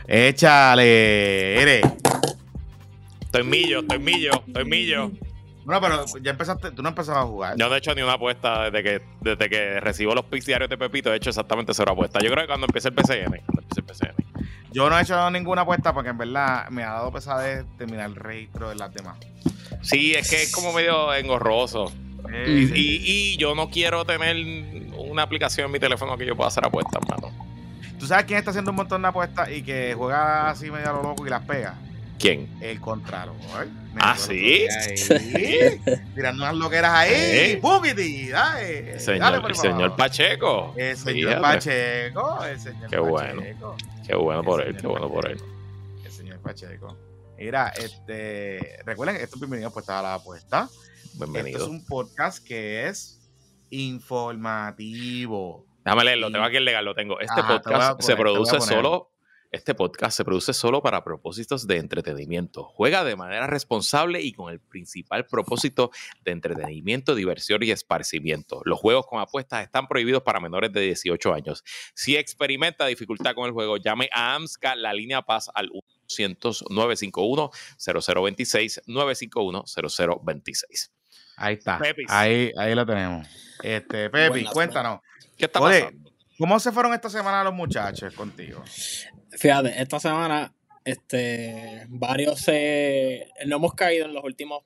Échale, eres. Estoy millo. Bueno, pero ya empezaste, tú no empezabas a jugar. Yo no he hecho ni una apuesta desde que recibo los picks diarios de Pepito. He hecho exactamente 0 apuestas. Yo creo que cuando empiece el PCN. Yo no he hecho ninguna apuesta porque en verdad me ha dado pesadez terminar el registro de las demás. Sí, es que es como medio engorroso. Y yo no quiero tener una aplicación en mi teléfono que yo pueda hacer apuestas, mano. ¿Tú sabes quién está haciendo un montón de apuestas y que juega así medio a lo loco y las pega? ¿Quién? El Contralor. ¿Sí? Tirando unas loqueras ahí. ¡Púquiti! Dale, el señor Pacheco. El señor Pacheco. Qué bueno. Qué bueno por él. El señor Pacheco. Mira, recuerden que esto es Bienvenido a la Apuesta. Bienvenido. Esto es un podcast que es informativo. Déjame leerlo, tengo aquí el legal, lo tengo. Este podcast se produce solo para propósitos de entretenimiento. Juega de manera responsable y con el principal propósito de entretenimiento, diversión y esparcimiento. Los juegos con apuestas están prohibidos para menores de 18 años. Si experimenta dificultad con el juego, llame a AMSCA, la línea Paz al 1-951-0026, 951-0026. Ahí está. Pepis. Ahí lo tenemos. Pepi, cuéntanos. ¿Qué está pasando? ¿Cómo se fueron esta semana los muchachos contigo? Fíjate, esta semana varios no hemos caído en los últimos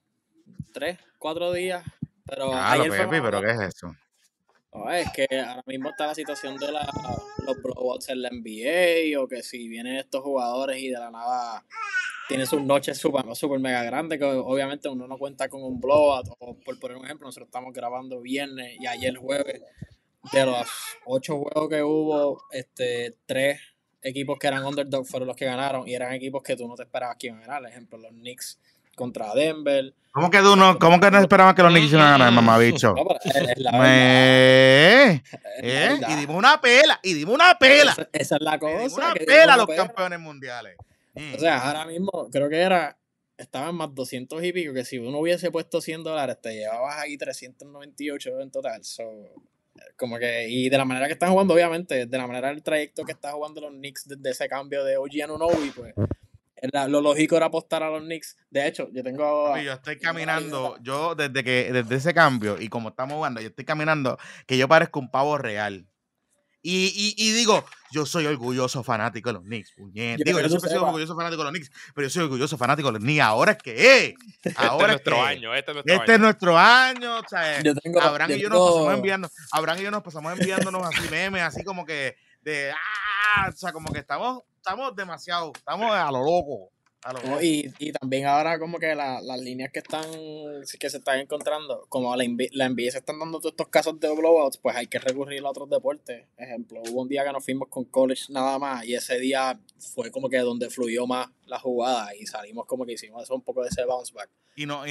3-4 días, pero Pepi, ¿pero qué es eso? No, es que ahora mismo está la situación de los blowouts en la NBA, o que si vienen estos jugadores y de la nada tienen sus noches super mega grandes, que obviamente uno no cuenta con un blowout. O por poner un ejemplo, nosotros estamos grabando viernes y ayer jueves, de los 8 juegos que hubo, 3 equipos que eran underdog fueron los que ganaron, y eran equipos que tú no te esperabas que iban a ganar. Por ejemplo, los Knicks contra Denver. ¿Cómo que no esperaban que los Knicks iban a ganar, mamabicho? No, pero es la verdad. Y dimos una pela. Esa es la cosa. Dimos una pela a los campeones mundiales. O sea, ahora mismo creo que estaban más 200 y pico, que si uno hubiese puesto $100 te llevabas ahí 398 en total. Como que, y de la manera que están jugando, obviamente, de la manera del trayecto que está jugando los Knicks desde ese cambio de OG Anunoby, pues lo lógico era apostar a los Knicks. De hecho, yo estoy caminando, desde ese cambio, y como estamos jugando, yo estoy caminando que yo parezco un pavo real. Y digo, yo soy orgulloso fanático de los Knicks, puñet. Yo siempre soy orgulloso fanático de los Knicks, pero yo soy orgulloso fanático de los Knicks. ¿Ahora es que ahora este es nuestro año. O sea, Abraham y yo nos pasamos enviándonos así memes, así como que o sea, como que estamos demasiado, estamos a lo loco. Y también ahora como que las líneas que se están encontrando, como la NBA se están dando todos estos casos de blowouts, pues hay que recurrir a otros deportes. Ejemplo, hubo un día que nos fuimos con college nada más, y ese día fue como que donde fluyó más la jugada, y salimos como que hicimos eso, un poco de ese bounce back. Y no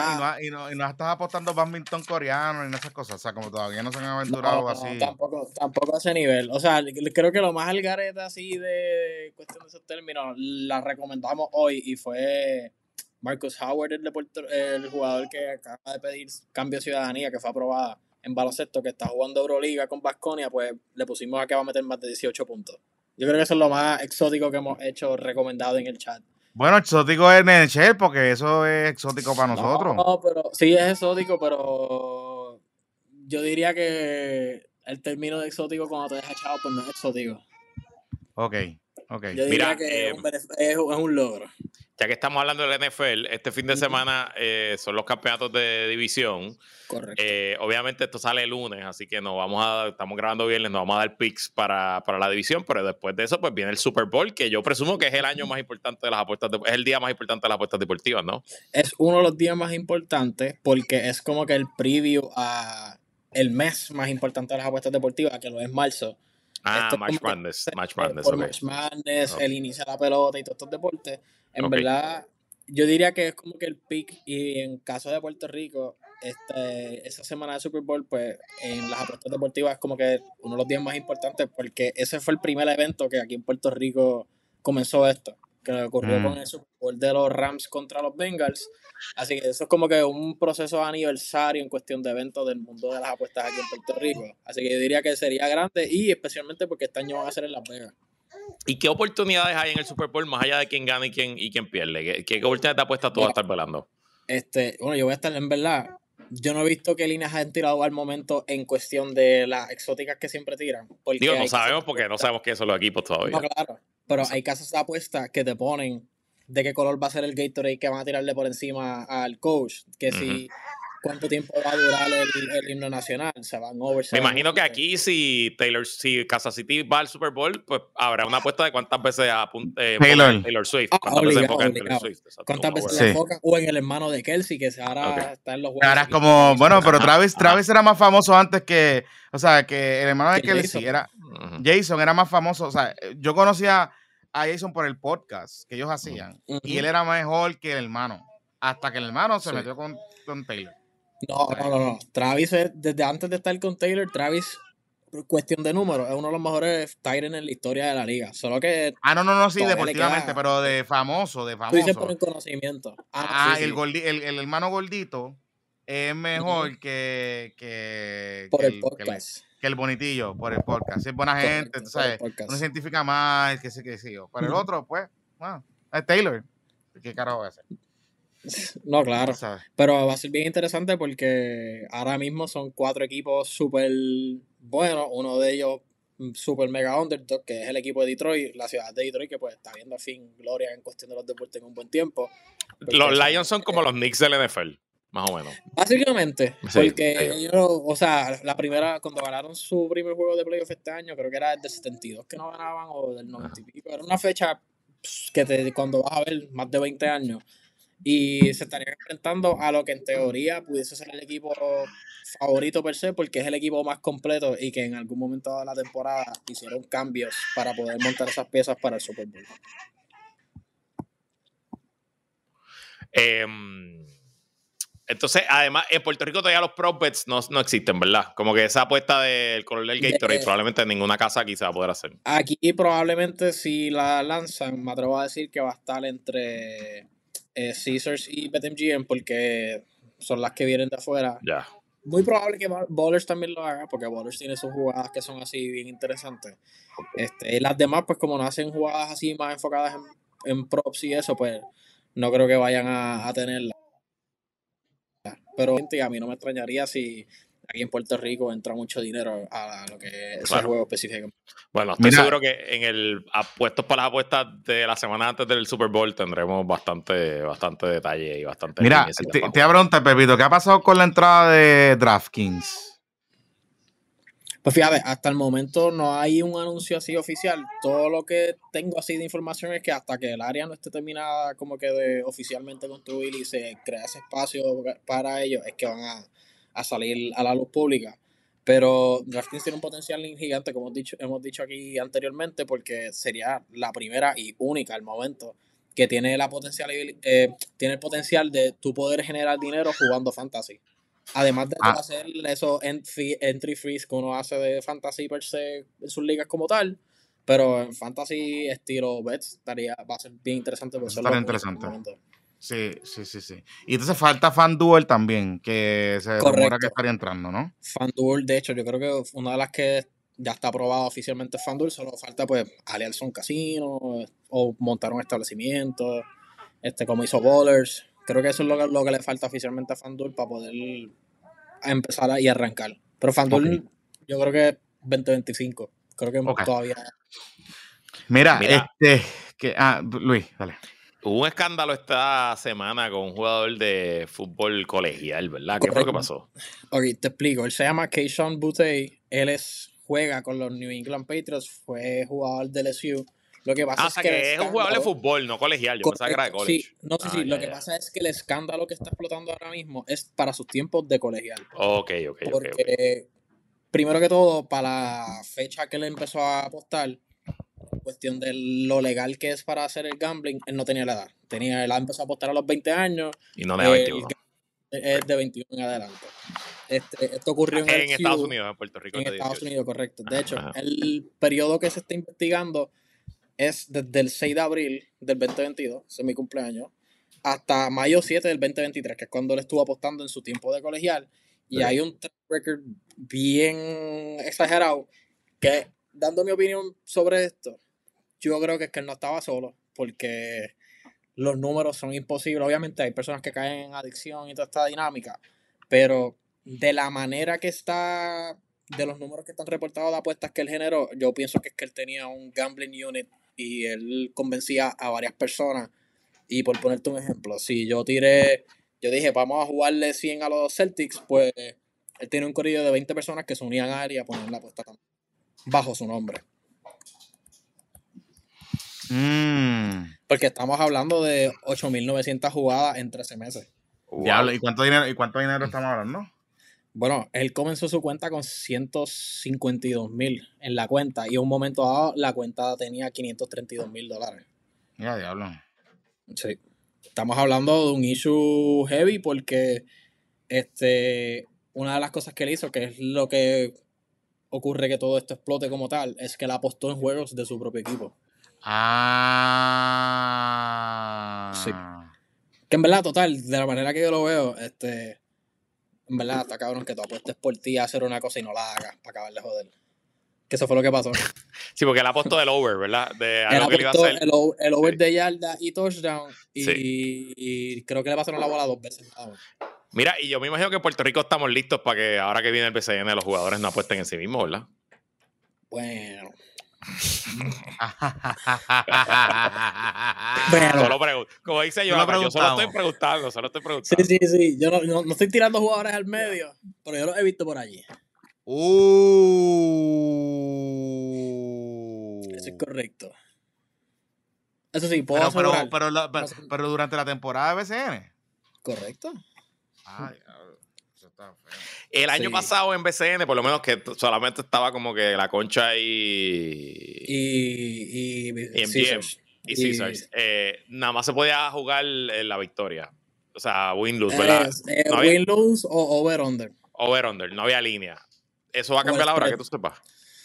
estás apostando badminton coreano y esas cosas. O sea, como todavía no se han aventurado así. Tampoco a ese nivel. O sea, creo que lo más al garete así de cuestión de esos términos la recomendamos hoy, y fue Marcus Howard, el jugador que acaba de pedir cambio de ciudadanía, que fue aprobada en baloncesto, que está jugando Euroliga con Baskonia. Pues le pusimos a que va a meter más de 18 puntos. Yo creo que eso es lo más exótico que hemos hecho recomendado en el chat. Bueno, exótico es NHL, porque eso es exótico para nosotros. No, pero sí es exótico, pero yo diría que el término de exótico cuando te deja echado, pues no es exótico. Ok. Yo diría que es un logro. Ya que estamos hablando del NFL, este fin de semana son los campeonatos de división. Correcto. Obviamente esto sale el lunes, así que estamos grabando viernes, nos vamos a dar picks para la división, pero después de eso pues viene el Super Bowl, que yo presumo que es el año más importante de las apuestas, es el día más importante de las apuestas deportivas, ¿no? Es uno de los días más importantes, porque es como que el preview a el mes más importante de las apuestas deportivas, que lo es marzo. March Madness. March Madness, el inicio de la pelota y todos estos deportes. En verdad, yo diría que es como que el pick, y en caso de Puerto Rico, esa semana de Super Bowl, pues en las apuestas deportivas es como que uno de los días más importantes, porque ese fue el primer evento que aquí en Puerto Rico comenzó esto, que ocurrió con el Super Bowl de los Rams contra los Bengals. Así que eso es como que un proceso de aniversario en cuestión de eventos del mundo de las apuestas aquí en Puerto Rico. Así que yo diría que sería grande, y especialmente porque este año van a ser en Las Vegas. ¿Y qué oportunidades hay en el Super Bowl más allá de quién gana y quién pierde? ¿Qué oportunidades de apuesta tú vas a estar velando? Bueno, yo voy a estar, en verdad, yo no he visto qué líneas han tirado al momento en cuestión de las exóticas que siempre tiran. Digo, no sabemos porque no sabemos qué son los equipos todavía. No, claro, pero hay casas de apuestas que te ponen de qué color va a ser el Gatorade que van a tirarle por encima al coach, que si cuánto tiempo va a durar el himno nacional, se van over. Me imagino que aquí si Kansas City va al Super Bowl, pues habrá una apuesta de cuántas veces Taylor Swift. ¿Cuántas veces enfocan en Taylor Swift? ¿Cuántas veces se enfocan? O en el hermano de Kelsey, que ahora está en los juegos. Ahora es como, bueno, pero Travis era más famoso antes que, o sea, que el hermano de Kelsey era, Jason era más famoso, o sea, yo conocía a Jason por el podcast que ellos hacían, y él era mejor que el hermano, hasta que el hermano se metió con Taylor. No. Travis, desde antes de estar con Taylor, Travis, cuestión de números, es uno de los mejores tight ends en la historia de la liga. Solo que. No, sí, deportivamente, pero de famoso. Tú dices por el conocimiento. Sí. El hermano gordito es mejor que el bonitillo, por el podcast. Es buena gente, tú sabes, uno se identifica más, que sé qué sé yo. Pero el otro, pues, bueno, es Taylor. ¿Qué carajo va a hacer? No, claro. Pero va a ser bien interesante porque ahora mismo son 4 equipos súper buenos. Uno de ellos super mega underdog, que es el equipo de Detroit, la ciudad de Detroit, que pues está viendo al fin gloria en cuestión de los deportes en un buen tiempo. Los Lions son como los Knicks del NFL, más o menos. Básicamente, porque ellos, o sea, cuando ganaron su primer juego de playoff este año, creo que era del 72 que no ganaban, o del 90 y pico. Era una fecha que cuando vas a ver más de 20 años, y se estarían enfrentando a lo que en teoría pudiese ser el equipo favorito per se, porque es el equipo más completo y que en algún momento de la temporada hicieron cambios para poder montar esas piezas para el Super Bowl. Entonces, además, en Puerto Rico todavía los prop bets no existen, ¿verdad? Como que esa apuesta del color del Gatorade probablemente en ninguna casa aquí se va a poder hacer. Aquí probablemente si la lanzan, me atrevo a decir que va a estar entre Caesars y BetMGM, porque son las que vienen de afuera. Ya. Muy probable que Ballers también lo haga, porque Ballers tiene sus jugadas que son así bien interesantes. Las demás, pues como no hacen jugadas así más enfocadas en props y eso, pues no creo que vayan a tenerla. Pero a mí no me extrañaría si aquí en Puerto Rico entra mucho dinero a lo que es ese juego específico. Bueno, estoy seguro que en el apuestos para las apuestas de la semana antes del Super Bowl tendremos bastante detalle y bastante. Mira, te voy a preguntar, Pepito, ¿qué ha pasado con la entrada de DraftKings? Pues fíjate, hasta el momento no hay un anuncio así oficial. Todo lo que tengo así de información es que hasta que el área no esté terminada como que de oficialmente construir y se crea ese espacio para ellos, es que van a salir a la luz pública. Pero DraftKings tiene un potencial gigante, como hemos dicho aquí anteriormente, porque sería la primera y única al momento que tiene tiene el potencial de tú poder generar dinero jugando fantasy. Además de hacer esos entry fees que uno hace de fantasy per se en sus ligas como tal, pero en fantasy estilo bets va a ser bien interesante. Estaría interesante. Sí. Y entonces falta FanDuel también, que se rumora que estaría entrando, ¿no? FanDuel, de hecho, yo creo que una de las que ya está aprobada oficialmente es FanDuel, solo falta pues aliarse a un casino o montar un establecimiento, como hizo Ballers. Creo que eso es lo que le falta oficialmente a FanDuel para poder empezar y arrancar. Pero FanDuel, yo creo que 2025. Creo que todavía. Mira. Luis, dale. Hubo un escándalo esta semana con un jugador de fútbol colegial, ¿verdad? ¿Qué fue lo que pasó? Ok, te explico. Él se llama Keyshawn Boutte. Él juega con los New England Patriots. Fue jugador de LSU. Lo que pasa es que es un jugador de fútbol, no colegial. Yo pensaba que era de college. Sí, lo que pasa es que el escándalo que está explotando ahora mismo es para sus tiempos de colegial. Porque, primero que todo, para la fecha que él empezó a apostar, cuestión de lo legal que es para hacer el gambling, él no tenía la edad. Él empezó a apostar a los 20 años. Y no de 21. Es de 21 en adelante. Esto ocurrió en Estados Unidos, en Puerto Rico. En Estados Unidos, correcto. De hecho, el periodo que se está investigando es desde el 6 de abril del 2022, ese es mi cumpleaños, hasta mayo 7 del 2023, que es cuando él estuvo apostando en su tiempo de colegial. Y hay un track record bien exagerado que, dando mi opinión sobre esto, yo creo que es que él no estaba solo, porque los números son imposibles. Obviamente hay personas que caen en adicción y toda esta dinámica, pero de la manera que está, de los números que están reportados de apuestas que él generó, yo pienso que es que él tenía un gambling unit y él convencía a varias personas. Y por ponerte un ejemplo, si yo dije, vamos a jugarle 100 a los Celtics, pues él tiene un corrido de 20 personas que se unían a él y a poner la apuesta bajo su nombre. Porque estamos hablando de 8.900 jugadas en 13 meses. Wow. Diablo, ¿y cuánto dinero estamos hablando? Bueno, él comenzó su cuenta con 152,000 en la cuenta y en un momento dado la cuenta tenía $532,000. Ya, diablo. Sí. Estamos hablando de un issue heavy porque una de las cosas que él hizo, que es lo que ocurre que todo esto explote como tal, es que él apostó en juegos de su propio equipo. Sí. Que en verdad, total, de la manera que yo lo veo, en verdad está cabrón que tú apuestes por ti a hacer una cosa y no la hagas para acabar de joder. Que eso fue lo que pasó. Sí, porque él apostó del over, ¿verdad? De algo que le iba a hacer. El over sí. de yarda y touchdown. Y creo que le pasaron la bola 2 veces. Mira, y yo me imagino que en Puerto Rico estamos listos para que ahora que viene el BCN los jugadores no apuesten en sí mismos, ¿verdad? Bueno. Como dice yo solo estoy preguntando. Sí. Yo no estoy tirando jugadores al medio, pero yo los he visto por allí. Eso es correcto. Eso sí, puedo asegurar. Pero durante la temporada de BCN. Correcto. Ay, eso está feo. El año pasado en BCN, por lo menos que solamente estaba como que la Concha y Caesars. Y Caesars. Nada más se podía jugar en la victoria. O sea, win-lose, ¿verdad? Win-lose o over-under. Over-under, no había línea. ¿Eso va a cambiar ahora, que tú sepas?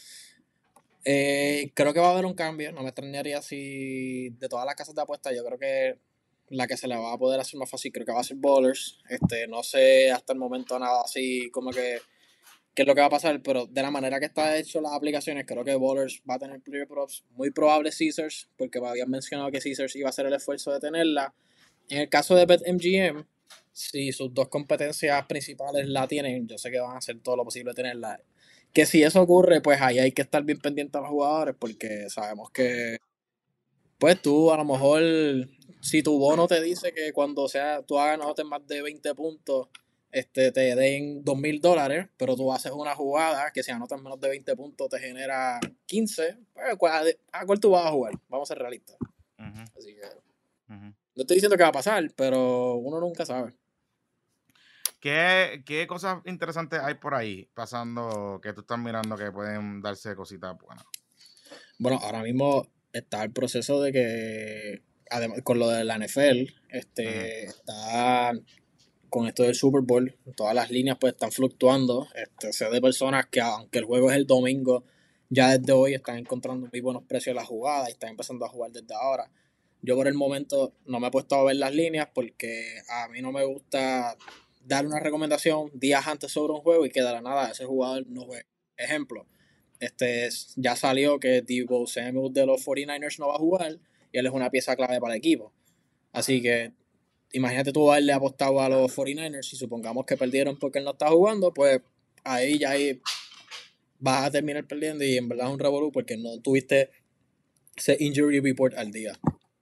Creo que va a haber un cambio. No me extrañaría si de todas las casas de apuestas, yo creo que la que se le va a poder hacer más fácil creo que va a ser Ballers. No sé hasta el momento nada así como que qué es lo que va a pasar, pero de la manera que está hecho las aplicaciones, creo que Ballers va a tener player props. Muy probable Caesars, porque me habían mencionado que Caesars iba a hacer el esfuerzo de tenerla. En el caso de BetMGM, si sus dos competencias principales la tienen, yo sé que van a hacer todo lo posible de tenerla. Que si eso ocurre, pues ahí hay que estar bien pendiente a los jugadores, porque sabemos que pues tú a lo mejor, si tu bono te dice que cuando tú anotes más de 20 puntos, te den $2,000, pero tú haces una jugada que si anotas menos de 20 puntos te genera 15, pues ¿a cuál tú vas a jugar? Vamos a ser realistas. Así que no estoy diciendo que va a pasar, pero uno nunca sabe. ¿Qué cosas interesantes hay por ahí pasando que tú estás mirando que pueden darse cositas buenas? Bueno, ahora mismo está el proceso de que, además, con lo de la NFL, está con esto del Super Bowl, todas las líneas pues están fluctuando. Sé de personas que aunque el juego es el domingo, ya desde hoy están encontrando muy buenos precios de la jugada y están empezando a jugar desde ahora. Yo por el momento no me he puesto a ver las líneas porque a mí no me gusta dar una recomendación días antes sobre un juego y que de la nada ese jugador no juegue. Ejemplo, ya salió que Deebo Samuel de los 49ers no va a jugar y él es una pieza clave para el equipo. Así que imagínate tú haberle apostado a los 49ers y supongamos que perdieron porque él no está jugando, pues ahí vas a terminar perdiendo y en verdad es un revolú porque no tuviste ese injury report al día.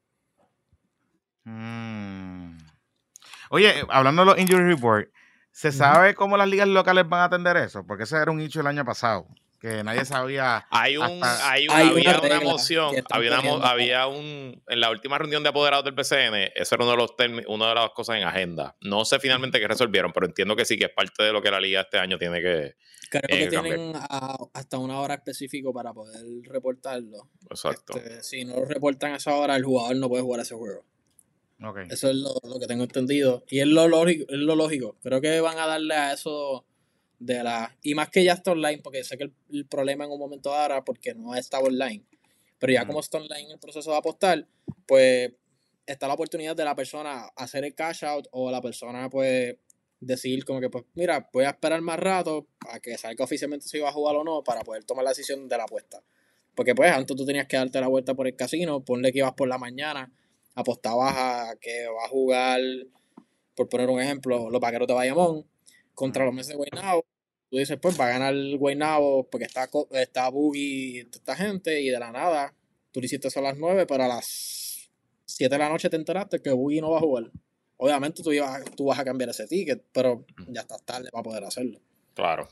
Oye, hablando de los injury report, ¿se sabe cómo las ligas locales van a atender eso? Porque ese era un hecho el año pasado, que nadie sabía. Había una moción, en la última reunión de apoderados del BCN, eso era una de las cosas en agenda. No sé finalmente qué resolvieron, pero entiendo que sí, que es parte de lo que la liga este año tiene que creo que tienen hasta una hora específica para poder reportarlo. Exacto. Si no lo reportan a esa hora, el jugador no puede jugar ese juego. Okay. Eso es lo que tengo entendido. Y es lo lógico. Creo que van a darle a eso y más que ya está online, porque sé que el problema en un momento ahora porque no estaba online. Pero ya como está online el proceso de apostar, pues está la oportunidad de la persona hacer el cash out o la persona pues decidir como que pues mira, voy a esperar más rato a que salga oficialmente si va a jugar o no para poder tomar la decisión de la apuesta. Porque pues antes tú tenías que darte la vuelta por el casino, ponle que ibas por la mañana, apostabas a que va a jugar, por poner un ejemplo, los Vaqueros de Bayamón contra los Mets de Guaynabo. Tú dices, pues va a ganar Guaynabo porque está Boogie y toda esta gente, y de la nada, tú le hiciste eso a las 9, pero a las 7 de la noche te enteraste que Boogie no va a jugar. Obviamente tú vas a cambiar ese ticket, pero ya estás tarde para poder hacerlo. Claro.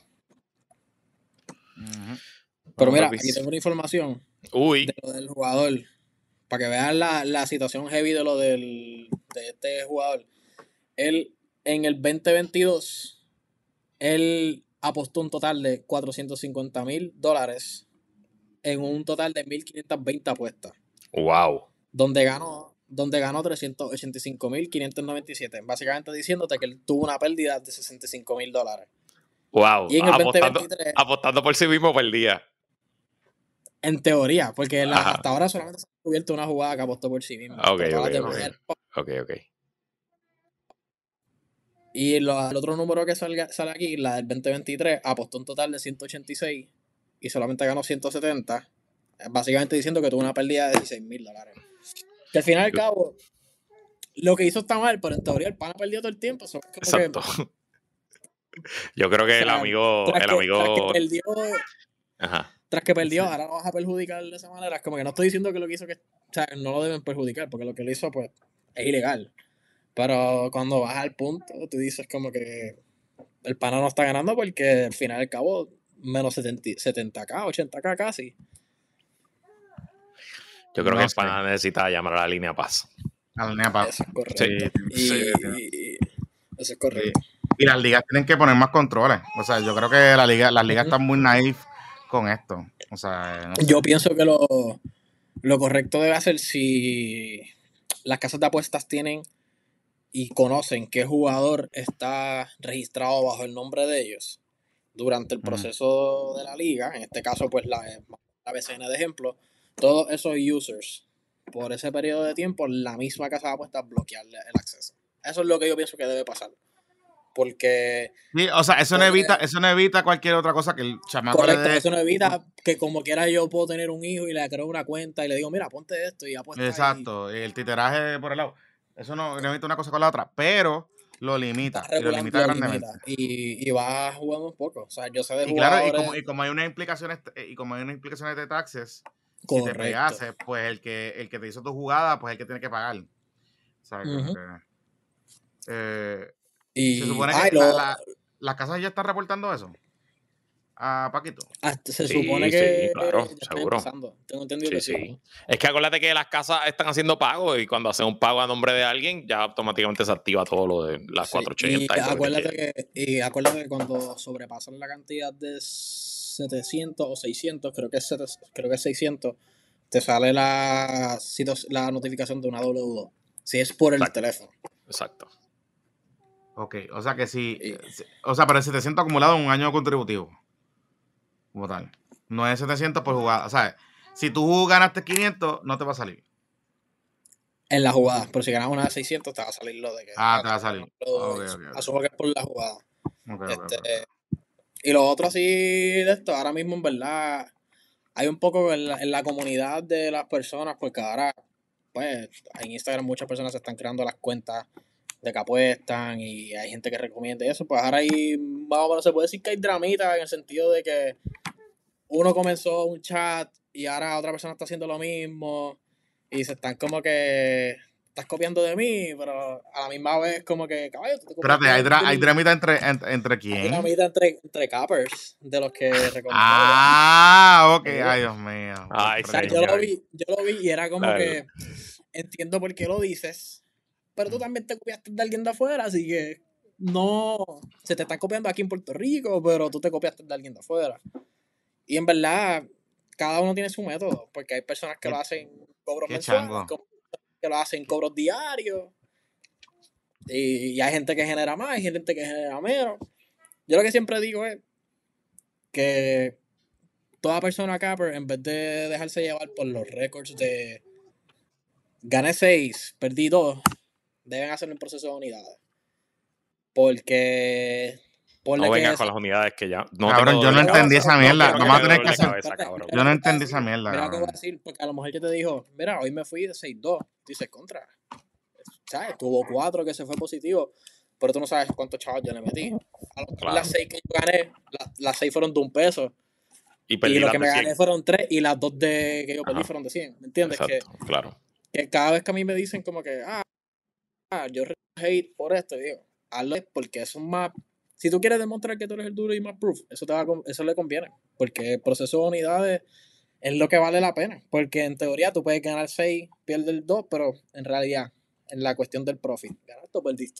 Pero mira, aquí tengo una información de lo del jugador, para que vean la situación heavy de este jugador. Él, en el 2022, él apostó un total de $450,000 en un total de 1,520 apuestas. Wow. Donde ganó 385,597. Básicamente diciéndote que él tuvo una pérdida de $65,000. Wow. Y en el 2023, apostando por sí mismo perdía. En teoría, porque hasta ahora solamente se ha descubierto una jugada que apostó por sí mismo. Ok. Y el otro número que sale aquí, la del 2023, apostó un total de 186 y solamente ganó 170. Básicamente diciendo que tuvo una pérdida de $16,000. Que al final y al cabo, lo que hizo está mal, pero en teoría el pana perdió todo el tiempo. Exacto. Yo creo que el amigo. Tras que perdió. Ajá. Tras que perdió, ahora lo vas a perjudicar de esa manera. Es como que no estoy diciendo que lo que hizo o sea, no lo deben perjudicar, porque lo que lo hizo, pues, es ilegal. Pero cuando vas al punto, tú dices como que el pana no está ganando porque al final y al cabo, menos 70K, 80K casi. Yo creo que el pana necesita llamar a la línea Paz. A la línea Paz. Eso es correcto. Eso es correcto. Y las ligas tienen que poner más controles. O sea, yo creo que las ligas están muy naif con esto. O sea, no sé. Yo pienso que lo correcto debe ser, si las casas de apuestas tienen y conocen qué jugador está registrado bajo el nombre de ellos durante el proceso de la liga, en este caso pues la BCN de ejemplo, todos esos users por ese periodo de tiempo, la misma casa de apuestas bloquearle el acceso. Eso es lo que yo pienso que debe pasar. Porque... Sí, o sea, eso no evita cualquier otra cosa que el chamaco correcto, le dé. eso no evita que como quiera yo puedo tener un hijo y le creo una cuenta y le digo, mira, ponte esto y apuesta. Exacto, el titeraje por el lado. Eso no evita una cosa con la otra, pero lo limita. Y lo limita grandemente. Y va jugando un poco. O sea, yo sé de jugadores. Claro, y como hay unas implicaciones, de taxes, correcto. si te pegases, pues el que te hizo tu jugada, pues el que tiene que pagar. ¿Sabes? Se supone que las casas ya están reportando eso a Paquito. Se supone que claro, seguro. Tengo entendido que sí. Es que acuérdate que las casas están haciendo pagos y cuando hacen un pago a nombre de alguien ya automáticamente se activa todo lo de las 480. Y acuérdate que cuando sobrepasan la cantidad de 700 o 600, creo que es 600, te sale la notificación de una W2. Si es por el teléfono. Exacto. Ok, o sea que sí. O sea, pero el 700 acumulado en un año contributivo. Como tal. No es 700 por jugada. O sea, si tú ganaste 500, no te va a salir. En la jugada. Pero si ganas una de 600, te va a salir lo de que... te va a salir. Asumo que es por la jugada. Y lo otro así de esto, ahora mismo en verdad, hay un poco en la comunidad de las personas, porque ahora, pues, en Instagram muchas personas se están creando las cuentas de que apuestan y hay gente que recomienda eso. Pues ahora ahí, más o menos, se puede decir que hay dramita en el sentido de que uno comenzó un chat y ahora otra persona está haciendo lo mismo y se están como que estás copiando de mí, pero a la misma vez como que, caballo, tú te espérate, hay dramita entre quién? Hay dramita entre cappers de los que recomendó. Ok. Ay, Dios mío. O sea, yo lo vi y era como que entiendo por qué lo dices, pero tú también te copiaste de alguien de afuera, así que no se te están copiando aquí en Puerto Rico, pero tú te copiaste de alguien de afuera. Y en verdad, cada uno tiene su método, porque hay personas que lo hacen cobros mensuales, que lo hacen cobros diarios, y hay gente que genera más, hay gente que genera menos. Yo lo que siempre digo es que toda persona capper, en vez de dejarse llevar por los récords de gané 6, perdí 2, deben hacerlo en proceso de unidades. Porque No vengas con las unidades que ya. No cabrón, yo no entendí esa mierda. Vamos a tener que hacer. Cabrón. Yo no entendí esa mierda. Mira, ¿qué voy a decir? Porque a lo mejor yo te dijo, mira, hoy me fui de 6-2. Dices, contra. ¿Sabes? Tuvo 4 que se fue positivo. Pero tú no sabes cuántos chavos yo le metí. A lo mejor las 6 que yo gané, las 6 fueron de $1. Y lo que me gané fueron 3 y las 2 que yo perdí fueron de 100. ¿Me entiendes? Claro. Que cada vez que a mí me dicen como que, yo hate por esto, digo, hazlo porque eso es más. Si tú quieres demostrar que tú eres el duro y más proof, eso le conviene. Porque el proceso de unidades es lo que vale la pena. Porque en teoría tú puedes ganar 6, pierdes 2, pero en realidad, en la cuestión del profit, ganaste o perdiste.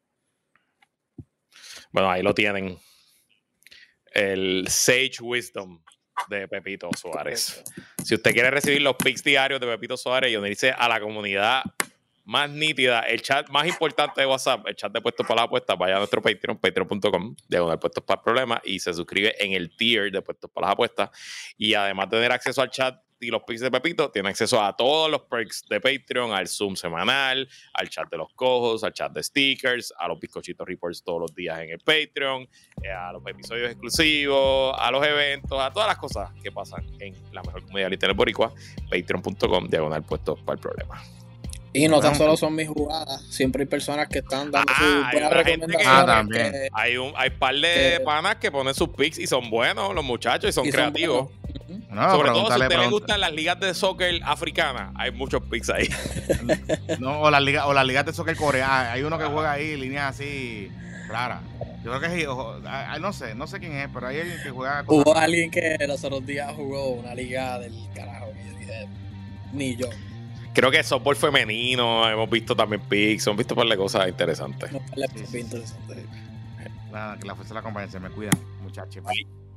Bueno, ahí lo tienen. El Sage Wisdom de Pepito Suárez. Si usted quiere recibir los picks diarios de Pepito Suárez y unirse a la comunidad más nítida, el chat más importante de WhatsApp, el chat de Puestos para la Apuesta, vaya a nuestro Patreon, patreon.com/Puestos para el Problema, y se suscribe en el tier de Puestos para las Apuestas. Y además de tener acceso al chat y los picks de Pepito, tiene acceso a todos los perks de Patreon, al Zoom semanal, al chat de los cojos, al chat de stickers, a los bizcochitos reports todos los días en el Patreon, a los episodios exclusivos, a los eventos, a todas las cosas que pasan en la mejor comunidad de Internet boricua, patreon.com/Puestos para el Problema. Y no tan solo son mis jugadas, siempre hay personas que están dando sus buenas recomendaciones. También. Hay par de panas que ponen sus picks y son buenos, los muchachos, y son creativos. No, sobre todo si a usted le gustan las ligas de soccer africanas, hay muchos picks ahí. No, o las ligas de soccer coreanas. Hay uno que juega ahí, líneas así raras. Yo creo que es, no sé quién es, pero hay alguien que juega. Hubo alguien que los otros días jugó una liga del carajo que yo dije, ni yo. Creo que softball femenino, hemos visto también picks, hemos visto un par de cosas interesantes. Interesantes. Nada, que la fuerza de la compañía se me cuida, muchachos.